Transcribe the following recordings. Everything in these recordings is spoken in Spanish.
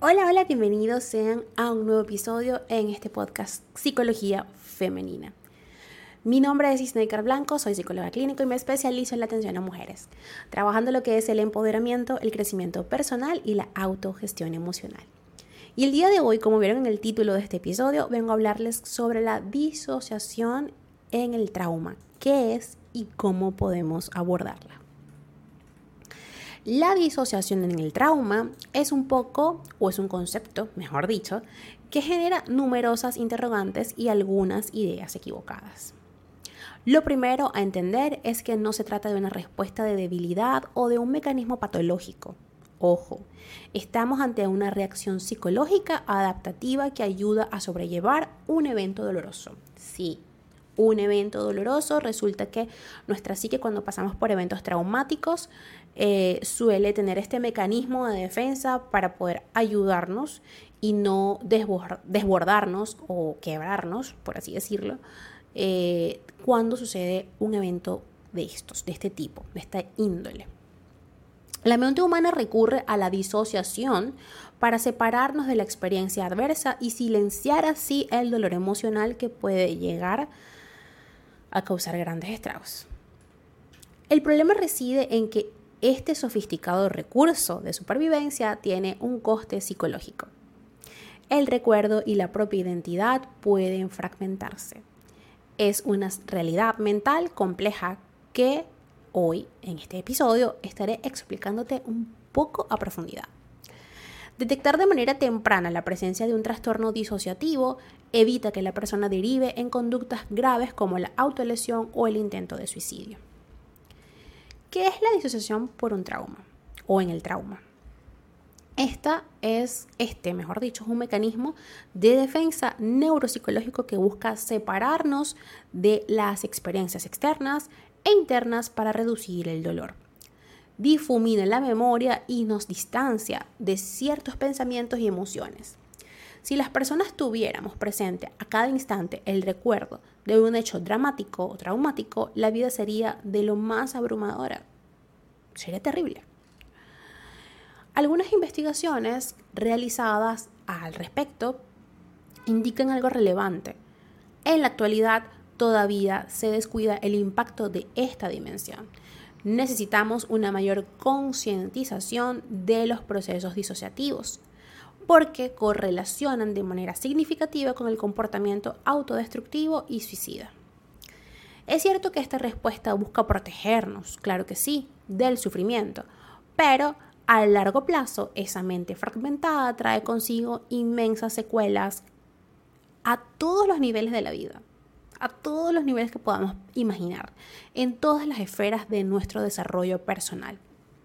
Hola, hola, bienvenidos sean a un nuevo episodio en este podcast Psicología Femenina. Mi nombre es Isneikar Blanco, soy psicóloga clínico y me especializo en la atención a mujeres, trabajando lo que es el empoderamiento, el crecimiento personal y la autogestión emocional. Y el día de hoy, como vieron en el título de este episodio, vengo a hablarles sobre la disociación en el trauma, qué es y cómo podemos abordarla. La disociación en el trauma es un concepto, mejor dicho, que genera numerosas interrogantes y algunas ideas equivocadas. Lo primero a entender es que no se trata de una respuesta de debilidad o de un mecanismo patológico. Ojo, estamos ante una reacción psicológica adaptativa que ayuda a sobrellevar un evento doloroso. Sí, un evento doloroso resulta que nuestra psique cuando pasamos por eventos traumáticos suele tener este mecanismo de defensa para poder ayudarnos y no desbordarnos o quebrarnos, por así decirlo, cuando sucede un evento de este tipo, de esta índole. La mente humana recurre a la disociación para separarnos de la experiencia adversa y silenciar así el dolor emocional que puede llegar a causar grandes estragos. El problema reside en que este sofisticado recurso de supervivencia tiene un coste psicológico. El recuerdo y la propia identidad pueden fragmentarse. Es una realidad mental compleja que hoy, en este episodio, estaré explicándote un poco a profundidad. Detectar de manera temprana la presencia de un trastorno disociativo evita que la persona derive en conductas graves como la autolesión o el intento de suicidio. ¿Qué es la disociación por un trauma o en el trauma? Es un mecanismo de defensa neuropsicológico que busca separarnos de las experiencias externas e internas para reducir el dolor. Difumina la memoria y nos distancia de ciertos pensamientos y emociones. Si las personas tuviéramos presente a cada instante el recuerdo de un hecho dramático o traumático, la vida sería de lo más abrumadora. Sería terrible. Algunas investigaciones realizadas al respecto indican algo relevante. En la actualidad todavía se descuida el impacto de esta dimensión. Necesitamos una mayor concientización de los procesos disociativos, porque correlacionan de manera significativa con el comportamiento autodestructivo y suicida. Es cierto que esta respuesta busca protegernos, claro que sí, del sufrimiento, pero a largo plazo esa mente fragmentada trae consigo inmensas secuelas a todos los niveles de la vida, a todos los niveles que podamos imaginar, en todas las esferas de nuestro desarrollo personal.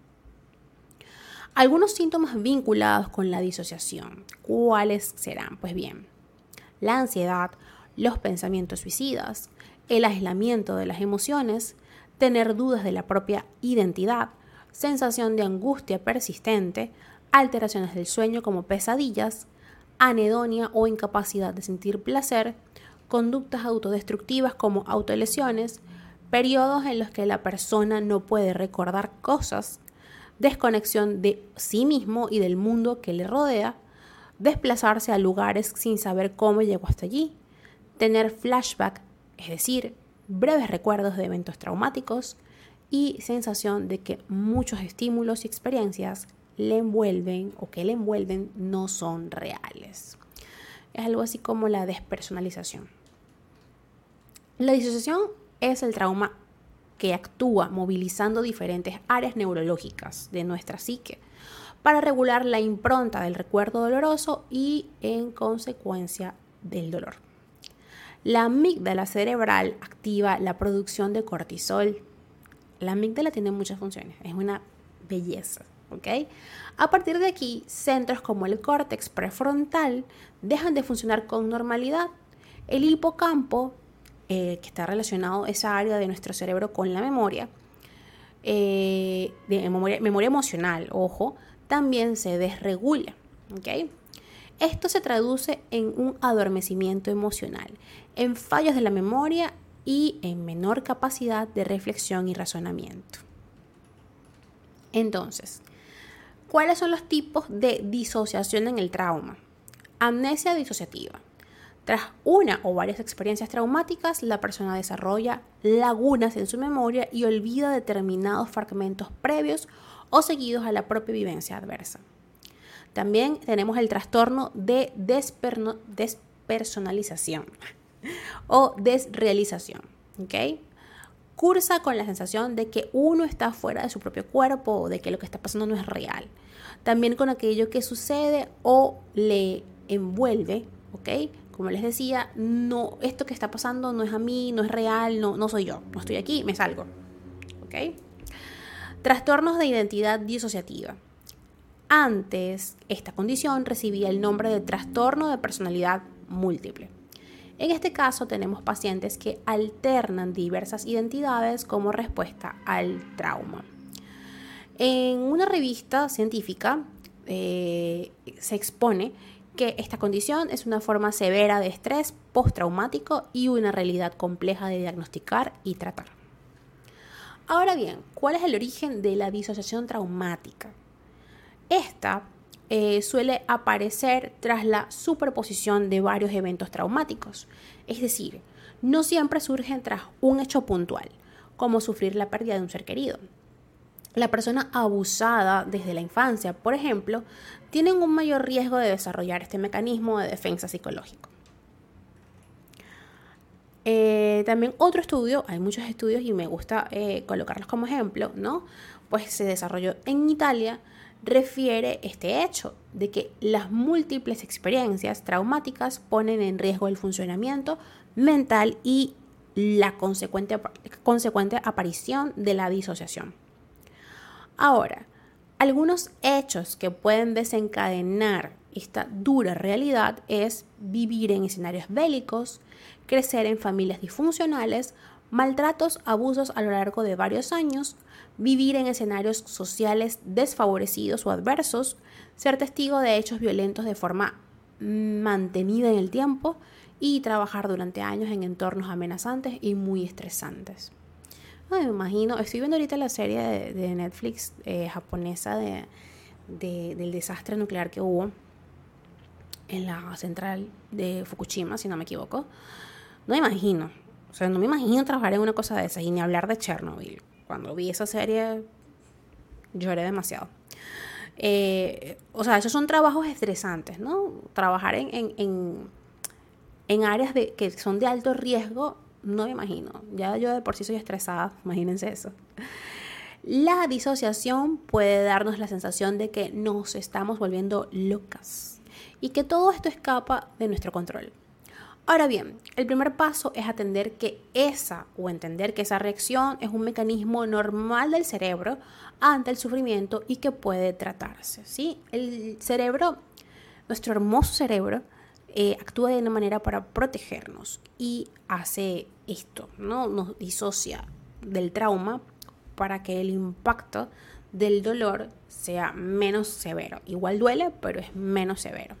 Algunos síntomas vinculados con la disociación, ¿cuáles serán? Pues bien, la ansiedad, los pensamientos suicidas, el aislamiento de las emociones, tener dudas de la propia identidad, sensación de angustia persistente, alteraciones del sueño como pesadillas, anedonia o incapacidad de sentir placer, conductas autodestructivas como autolesiones, periodos en los que la persona no puede recordar cosas, desconexión de sí mismo y del mundo que le rodea, desplazarse a lugares sin saber cómo llegó hasta allí, tener flashback, es decir, breves recuerdos de eventos traumáticos y sensación de que muchos estímulos y experiencias le envuelven no son reales. Es algo así como la despersonalización. La disociación es el trauma que actúa movilizando diferentes áreas neurológicas de nuestra psique para regular la impronta del recuerdo doloroso y, en consecuencia, del dolor. La amígdala cerebral activa la producción de cortisol. La amígdala tiene muchas funciones, es una belleza, ¿ok? A partir de aquí, centros como el córtex prefrontal dejan de funcionar con normalidad. El hipocampo, que está relacionado esa área de nuestro cerebro con la memoria, memoria emocional, ojo, también se desregula, ¿ok? Esto se traduce en un adormecimiento emocional, en fallos de la memoria y en menor capacidad de reflexión y razonamiento. Entonces, ¿Cuáles son los tipos de disociación en el trauma? Amnesia disociativa. Tras una o varias experiencias traumáticas, la persona desarrolla lagunas en su memoria y olvida determinados fragmentos previos o seguidos a la propia vivencia adversa. También tenemos el trastorno de despersonalización o desrealización. ¿Okay? Cursa con la sensación de que uno está fuera de su propio cuerpo o de que lo que está pasando no es real. También con aquello que sucede o le envuelve, ¿ok? Como les decía, no, esto que está pasando no es a mí, no es real, no soy yo, no estoy aquí, me salgo, ¿ok? Trastornos de identidad disociativa. Antes, esta condición recibía el nombre de trastorno de personalidad múltiple. En este caso tenemos pacientes que alternan diversas identidades como respuesta al trauma. En una revista científica se expone que esta condición es una forma severa de estrés postraumático y una realidad compleja de diagnosticar y tratar. Ahora bien, ¿cuál es el origen de la disociación traumática? Esta suele aparecer tras la superposición de varios eventos traumáticos, es decir, no siempre surgen tras un hecho puntual, como sufrir la pérdida de un ser querido. La persona abusada desde la infancia, por ejemplo, tiene un mayor riesgo de desarrollar este mecanismo de defensa psicológico. También otro estudio, hay muchos estudios y me gusta colocarlos como ejemplo, ¿no? Pues se desarrolló en Italia, refiere este hecho de que las múltiples experiencias traumáticas ponen en riesgo el funcionamiento mental y la consecuente aparición de la disociación. Ahora, algunos hechos que pueden desencadenar esta dura realidad es vivir en escenarios bélicos, crecer en familias disfuncionales, maltratos, abusos a lo largo de varios años, vivir en escenarios sociales desfavorecidos o adversos, ser testigo de hechos violentos de forma mantenida en el tiempo y trabajar durante años en entornos amenazantes y muy estresantes. Me imagino, estoy viendo ahorita la serie de Netflix japonesa del desastre nuclear que hubo en la central de Fukushima, si no me equivoco. No me imagino, no me imagino trabajar en una cosa de esas y ni hablar de Chernobyl. Cuando vi esa serie lloré demasiado. Esos son trabajos estresantes, ¿no? Trabajar en áreas que son de alto riesgo, no me imagino. Ya yo de por sí soy estresada, imagínense eso. La disociación puede darnos la sensación de que nos estamos volviendo locas y que todo esto escapa de nuestro control. Ahora bien, el primer paso es entender que esa reacción es un mecanismo normal del cerebro ante el sufrimiento y que puede tratarse, ¿sí? El cerebro, nuestro hermoso cerebro, actúa de una manera para protegernos y hace esto, ¿no? Nos disocia del trauma para que el impacto del dolor sea menos severo. Igual duele, pero es menos severo.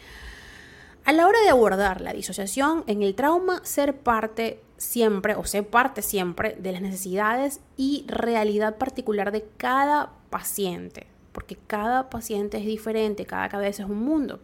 A la hora de abordar la disociación en el trauma, ser parte siempre de las necesidades y realidad particular de cada paciente, porque cada paciente es diferente, cada cabeza es un mundo.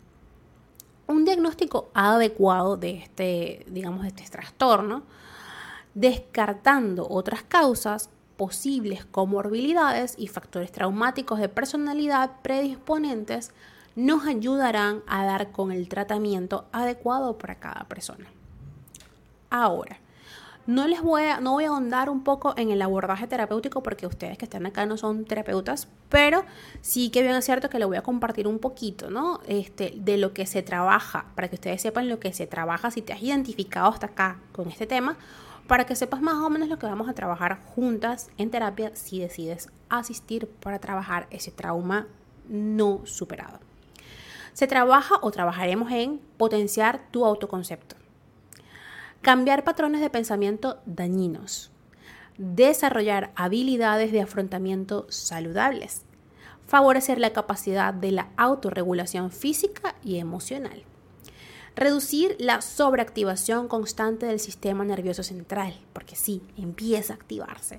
Un diagnóstico adecuado de este trastorno, descartando otras causas posibles comorbilidades y factores traumáticos de personalidad predisponentes, nos ayudarán a dar con el tratamiento adecuado para cada persona. Ahora, no voy a ahondar un poco en el abordaje terapéutico porque ustedes que están acá no son terapeutas, pero sí que bien es cierto que les voy a compartir un poquito, ¿no? De lo que se trabaja, para que ustedes sepan lo que se trabaja si te has identificado hasta acá con este tema, para que sepas más o menos lo que vamos a trabajar juntas en terapia si decides asistir para trabajar ese trauma no superado. Se trabaja o trabajaremos en potenciar tu autoconcepto, cambiar patrones de pensamiento dañinos, desarrollar habilidades de afrontamiento saludables, favorecer la capacidad de la autorregulación física y emocional, reducir la sobreactivación constante del sistema nervioso central, porque sí, empieza a activarse.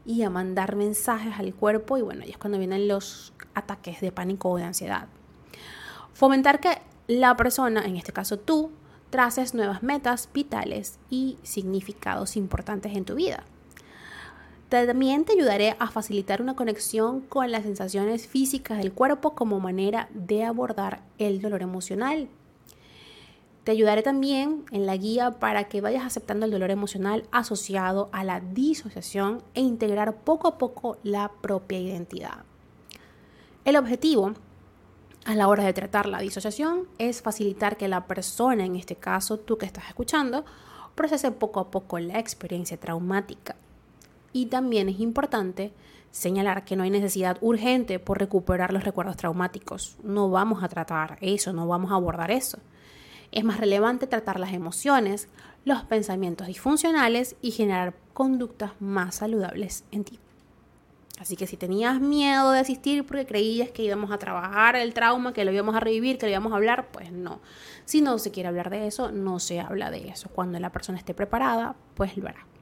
y a mandar mensajes al cuerpo, y bueno, ahí es cuando vienen los ataques de pánico o de ansiedad. Fomentar que la persona, en este caso tú, traces nuevas metas vitales y significados importantes en tu vida. También te ayudaré a facilitar una conexión con las sensaciones físicas del cuerpo como manera de abordar el dolor emocional. Te ayudaré también en la guía para que vayas aceptando el dolor emocional asociado a la disociación e integrar poco a poco la propia identidad. El objetivo a la hora de tratar la disociación es facilitar que la persona, en este caso tú que estás escuchando, procese poco a poco la experiencia traumática. Y también es importante señalar que no hay necesidad urgente por recuperar los recuerdos traumáticos. No vamos a tratar eso, no vamos a abordar eso. Es más relevante tratar las emociones, los pensamientos disfuncionales y generar conductas más saludables en ti. Así que si tenías miedo de asistir porque creías que íbamos a trabajar el trauma, que lo íbamos a revivir, que lo íbamos a hablar, pues no. Si no se quiere hablar de eso, no se habla de eso. Cuando la persona esté preparada, pues lo hará.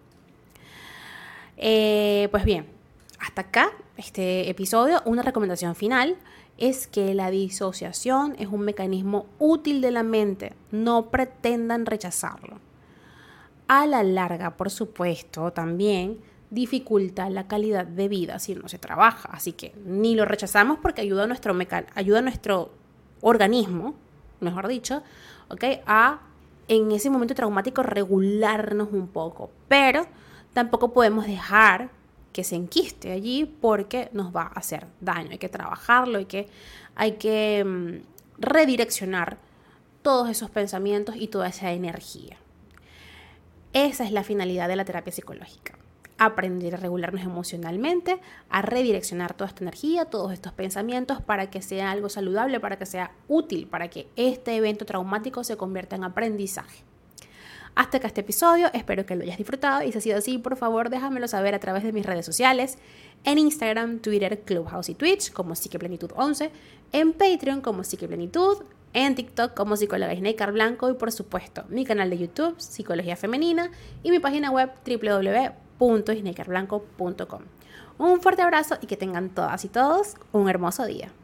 Pues bien, hasta acá este episodio. Una recomendación final es que la disociación es un mecanismo útil de la mente. No pretendan rechazarlo. A la larga, por supuesto, también dificulta la calidad de vida si no se trabaja. Así que ni lo rechazamos porque ayuda a nuestro organismo, mejor dicho, ¿okay? A en ese momento traumático regularnos un poco. Pero tampoco podemos dejar que se enquiste allí porque nos va a hacer daño. Hay que trabajarlo, hay que redireccionar todos esos pensamientos y toda esa energía. Esa es la finalidad de la terapia psicológica. Aprender a regularnos emocionalmente, a redireccionar toda esta energía, todos estos pensamientos para que sea algo saludable, para que sea útil, para que este evento traumático se convierta en aprendizaje. Hasta acá este episodio, espero que lo hayas disfrutado y si ha sido así, por favor déjamelo saber a través de mis redes sociales, en Instagram, Twitter, Clubhouse y Twitch como Psiqueplenitud 11, en Patreon como Psiqueplenitud, en TikTok como Psicóloga Snaker Blanco y por supuesto mi canal de YouTube Psicología Femenina y mi página web www.snakerblanco.com. Un fuerte abrazo y que tengan todas y todos un hermoso día.